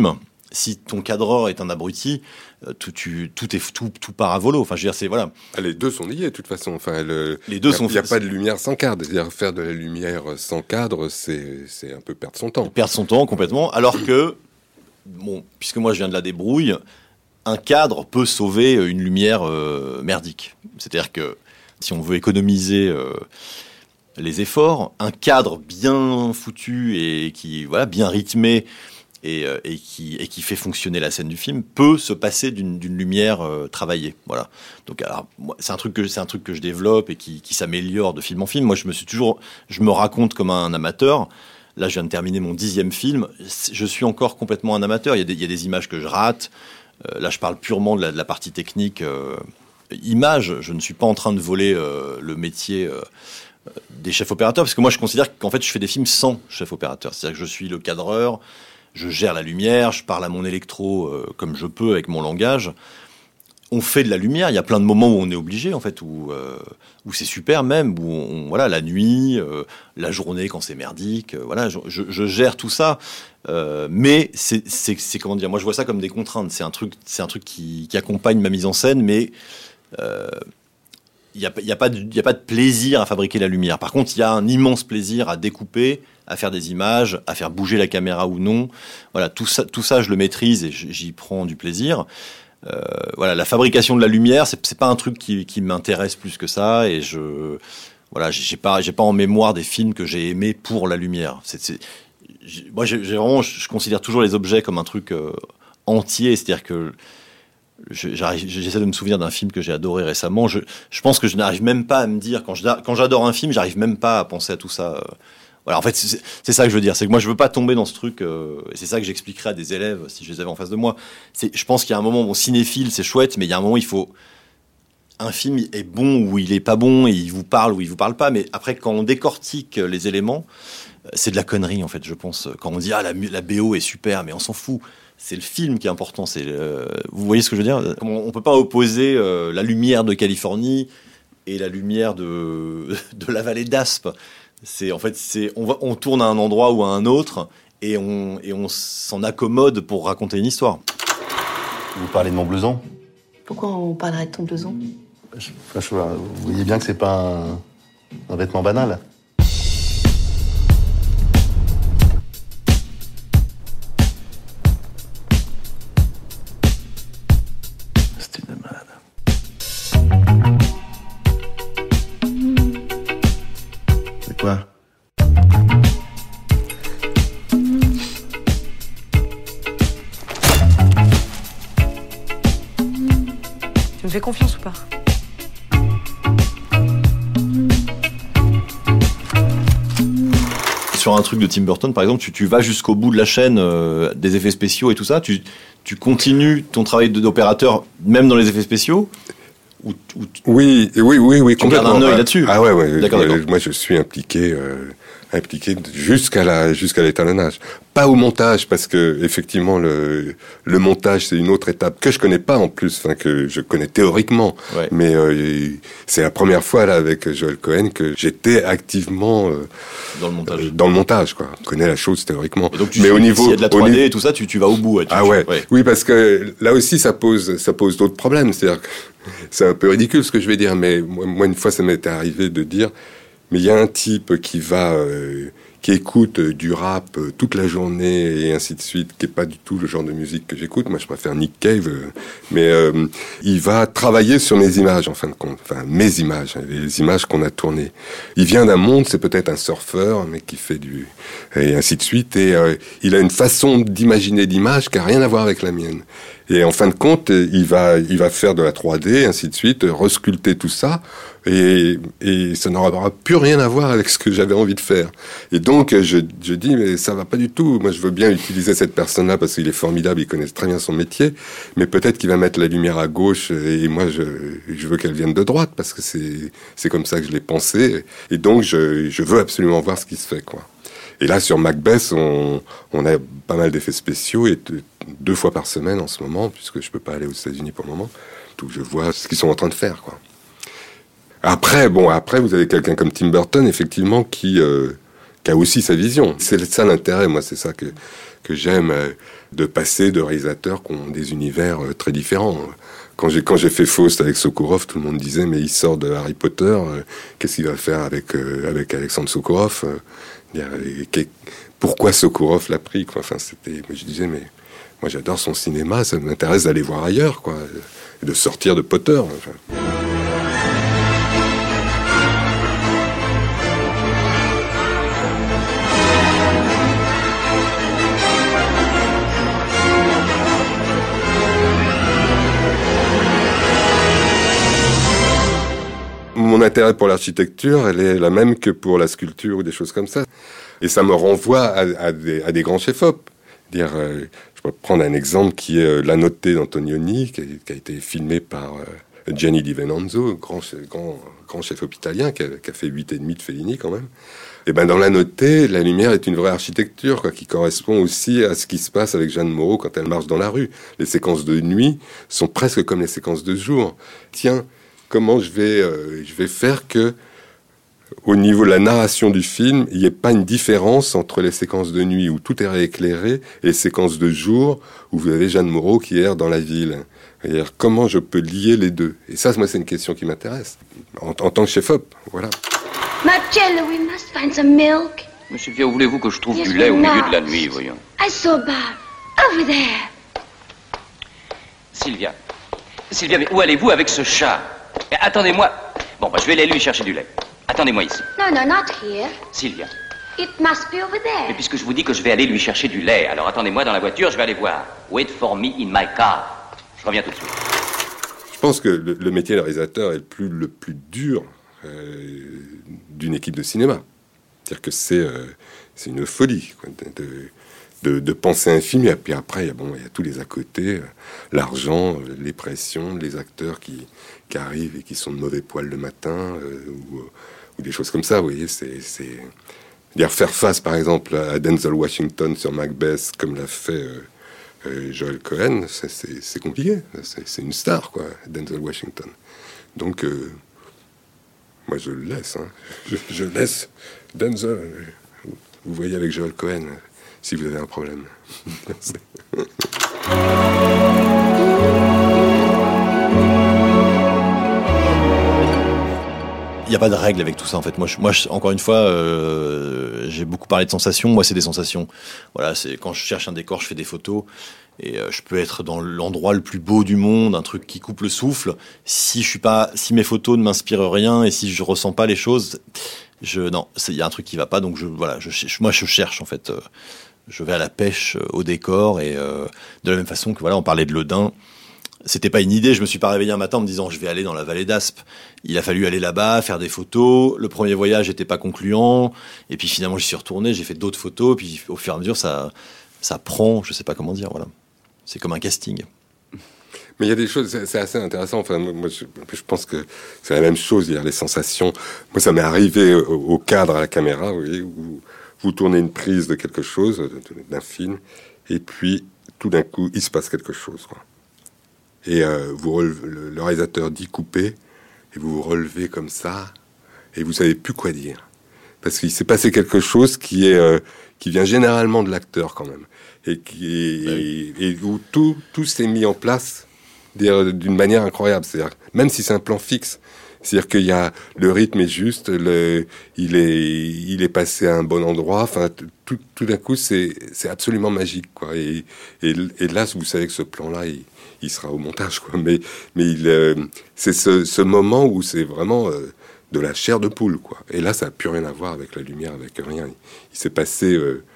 S1: si ton cadreur est un abruti, tout part à volo. Enfin, je veux dire, c'est voilà.
S5: Les deux sont liés de toute façon. Enfin,
S1: les deux sont.
S5: Il n'y a pas de lumière sans cadre. C'est-à-dire faire de la lumière sans cadre, c'est un peu perdre son temps.
S1: Perdre son temps complètement. Alors que, bon, puisque moi je viens de la débrouille, un cadre peut sauver une lumière merdique. C'est-à-dire que si on veut économiser les efforts, un cadre bien foutu et qui bien rythmé et qui fait fonctionner la scène du film peut se passer d'une lumière travaillée. Voilà. Donc alors, moi, c'est un truc que je développe et qui s'améliore de film en film. Moi, je me raconte comme un amateur. Là, je viens de terminer mon 10e film. Je suis encore complètement un amateur. Il y a des images que je rate. Là, je parle purement de la partie technique. Image, je ne suis pas en train de voler le métier des chefs opérateurs, parce que moi, je considère qu'en fait, je fais des films sans chef opérateur. C'est-à-dire que je suis le cadreur, je gère la lumière, je parle à mon électro comme je peux avec mon langage. On fait de la lumière. Il y a plein de moments où on est obligé, en fait, où c'est super même, où la nuit, la journée quand c'est merdique, je gère tout ça. Mais c'est comment dire, moi je vois ça comme des contraintes. C'est un truc qui accompagne ma mise en scène, mais il y a pas de plaisir à fabriquer la lumière. Par contre, il y a un immense plaisir à découper, à faire des images, à faire bouger la caméra ou non. Voilà, tout ça je le maîtrise et j'y prends du plaisir. La fabrication de la lumière, c'est pas un truc qui m'intéresse plus que ça, et j'ai pas en mémoire des films que j'ai aimés pour la lumière. Moi, je considère toujours les objets comme un truc entier, c'est-à-dire que j'essaie de me souvenir d'un film que j'ai adoré récemment. Je pense que je n'arrive même pas à me dire, quand j'adore un film, j'arrive même pas à penser à tout ça. Voilà, en fait, c'est ça que je veux dire. C'est que moi, je veux pas tomber dans ce truc, et c'est ça que j'expliquerai à des élèves si je les avais en face de moi. Je pense qu'il y a un moment, bon, cinéphile, c'est chouette, mais il y a un moment, un film est bon ou il est pas bon, et il vous parle ou il vous parle pas. Mais après, quand on décortique les éléments, c'est de la connerie, en fait, je pense. Quand on dit, la BO est super, mais on s'en fout. C'est le film qui est important. Vous voyez ce que je veux dire? On peut pas opposer la lumière de Californie et la lumière de la vallée d'Aspe. On tourne à un endroit ou à un autre et on s'en accommode pour raconter une histoire.
S11: Vous parlez de mon blouson?
S12: Pourquoi on parlerait de ton blouson?
S11: Vous voyez bien que c'est pas un vêtement banal. Style de malade. C'est quoi?
S12: Tu me fais confiance ou pas?
S1: Sur un truc de Tim Burton, par exemple, tu vas jusqu'au bout de la chaîne des effets spéciaux et tout ça. Tu continues ton travail d'opérateur même dans les effets spéciaux?
S5: Oui,
S1: tu gardes un œil là-dessus.
S5: Ah ouais.
S1: D'accord.
S5: Moi, je suis impliqué jusqu'à l'étalonnage. Pas au montage, parce que effectivement le montage, c'est une autre étape que je connais pas en plus, que je connais théoriquement.
S1: Ouais.
S5: Mais c'est la première fois là avec Joel Cohen que j'étais activement dans le montage, quoi. Je connais la chose théoriquement.
S1: Et donc au niveau, s'il y a de la 3D et tout ça, tu vas au bout.
S5: Ouais. Oui, parce que là aussi ça pose d'autres problèmes. C'est-à-dire que c'est un peu ridicule ce que je vais dire, mais moi une fois ça m'était arrivé de dire, mais il y a un type qui écoute du rap toute la journée et ainsi de suite, qui est pas du tout le genre de musique que j'écoute. Moi, je préfère Nick Cave, mais il va travailler sur mes images, en fin de compte. Enfin, mes images, les images qu'on a tournées. Il vient d'un monde, c'est peut-être un surfeur, mais qui fait et ainsi de suite, et il a une façon d'imaginer l'image qui a rien à voir avec la mienne. Et en fin de compte, il va faire de la 3D, ainsi de suite, resculpter tout ça, et ça n'aura plus rien à voir avec ce que j'avais envie de faire. Et donc, je dis, mais ça va pas du tout. Moi, je veux bien utiliser cette personne-là parce qu'il est formidable, il connaît très bien son métier, mais peut-être qu'il va mettre la lumière à gauche, et moi, je veux qu'elle vienne de droite, parce que c'est comme ça que je l'ai pensé. Et donc, je veux absolument voir ce qui se fait, quoi. Et là, sur Macbeth, on a pas mal d'effets spéciaux, et 2 fois par semaine en ce moment, puisque je peux pas aller aux États-Unis pour le moment, où je vois ce qu'ils sont en train de faire, quoi. Après, vous avez quelqu'un comme Tim Burton, effectivement, qui a aussi sa vision. C'est ça l'intérêt, moi, c'est ça que j'aime de passer de réalisateurs qui ont des univers très différents. Quand j'ai fait Faust avec Sokurov, tout le monde disait mais il sort de Harry Potter, qu'est-ce qu'il va faire avec Alexandre Sokurov pourquoi Sokurov l'a pris quoi. Enfin, moi je disais mais moi j'adore son cinéma, ça m'intéresse d'aller voir ailleurs quoi, de sortir de Potter. Enfin. Mon intérêt pour l'architecture, elle est la même que pour la sculpture ou des choses comme ça. Et ça me renvoie à des grands chefs-op. Je peux prendre un exemple qui est La Notée d'Antonioni, qui a été filmé par Gianni Di Venanzo, grand chef-op italien, qui a fait 8,5 de Fellini quand même. Et ben dans La Notée, la lumière est une vraie architecture, quoi, qui correspond aussi à ce qui se passe avec Jeanne Moreau quand elle marche dans la rue. Les séquences de nuit sont presque comme les séquences de jour. Tiens, comment je vais faire que, au niveau de la narration du film, il n'y ait pas une différence entre les séquences de nuit où tout est rééclairé et les séquences de jour où vous avez Jeanne Moreau qui erre dans la ville. C'est-à-dire, comment je peux lier les deux? Et ça, moi, c'est une question qui m'intéresse, en tant que chef-op, voilà.
S8: Marcello, we must find some milk.
S9: Mais Sylvia, où voulez-vous que je trouve
S8: Yes,
S9: du lait au
S8: we
S9: milieu
S8: must.
S9: de la nuit, voyons?
S8: I saw Bob. Over there.
S9: Sylvia, mais où allez-vous avec ce chat? Attendez-moi. Bon, je vais aller lui chercher du lait. Attendez-moi ici.
S8: No, not here.
S9: Sylvia.
S8: It must be over
S9: Mais
S8: there.
S9: puisque je vous dis que je vais aller lui chercher du lait, alors attendez-moi dans la voiture, je vais aller voir. Wait for me in my car. Je reviens tout de suite.
S5: Je pense que le métier de réalisateur est le plus dur d'une équipe de cinéma. C'est-à-dire que c'est une folie quoi, de penser un film, et puis après, il y a tous les à côté, l'argent, les pressions, les acteurs qui arrivent et qui sont de mauvais poil le matin, ou des choses comme ça, vous voyez, dire faire face, par exemple, à Denzel Washington sur Macbeth, comme l'a fait Joel Cohen, c'est compliqué, c'est une star, quoi, Denzel Washington. Donc, moi, je le laisse, hein. Je laisse Denzel, vous voyez, avec Joel Cohen, si vous avez un problème.
S1: Il n'y a pas de règle avec tout ça en fait. Moi, encore une fois, j'ai beaucoup parlé de sensations. Moi, c'est des sensations. Voilà, c'est quand je cherche un décor, je fais des photos et je peux être dans l'endroit le plus beau du monde, un truc qui coupe le souffle. Si mes photos ne m'inspirent rien et si je ressens pas les choses, il y a un truc qui va pas. Donc je cherche en fait. Je vais à la pêche au décor et de la même façon que voilà, on parlait de l'Odin. C'était pas une idée, je me suis pas réveillé un matin en me disant je vais aller dans la vallée d'Aspe. Il a fallu aller là-bas, faire des photos. Le premier voyage était pas concluant. Et puis finalement j'y suis retourné, j'ai fait d'autres photos. Puis au fur et à mesure ça prend, je sais pas comment dire, voilà. C'est comme un casting.
S5: Mais il y a des choses, c'est assez intéressant. Enfin, moi je pense que c'est la même chose, il y a les sensations. Moi ça m'est arrivé au cadre à la caméra, vous voyez, où vous tournez une prise de quelque chose, d'un film, et puis tout d'un coup il se passe quelque chose, quoi. Et le réalisateur dit couper, et vous vous relevez comme ça, et vous savez plus quoi dire. Parce qu'il s'est passé quelque chose qui vient généralement de l'acteur quand même. Et où tout s'est mis en place d'une manière incroyable. C'est-à-dire, même si c'est un plan fixe, c'est-à-dire qu'il y a, le rythme est juste, il est passé à un bon endroit, enfin, tout d'un coup, c'est absolument magique, quoi. Et là, vous savez que ce plan-là, il sera au montage, quoi. Mais c'est ce moment où c'est vraiment de la chair de poule, quoi. Et là, ça n'a plus rien à voir avec la lumière, avec rien. Il s'est passé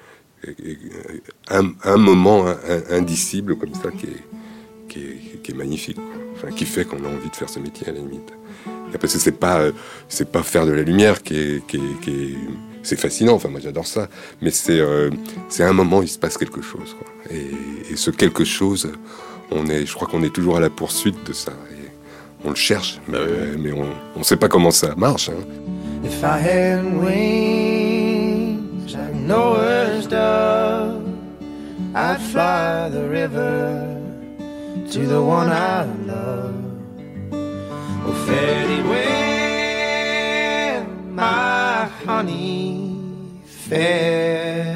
S5: un moment indicible comme ça qui est magnifique, quoi. Enfin, qui fait qu'on a envie de faire ce métier à la limite. Et parce que c'est pas faire de la lumière qui est c'est fascinant. Enfin, moi j'adore ça. Mais c'est un moment où il se passe quelque chose, quoi. Et ce quelque chose, je crois qu'on est toujours à la poursuite de ça. Et on le cherche, mais on sait pas comment ça marche, hein.
S13: If I had wings like Noah's dove, I'd fly the river to the one I love. Oh, fare thee well, my honey, fare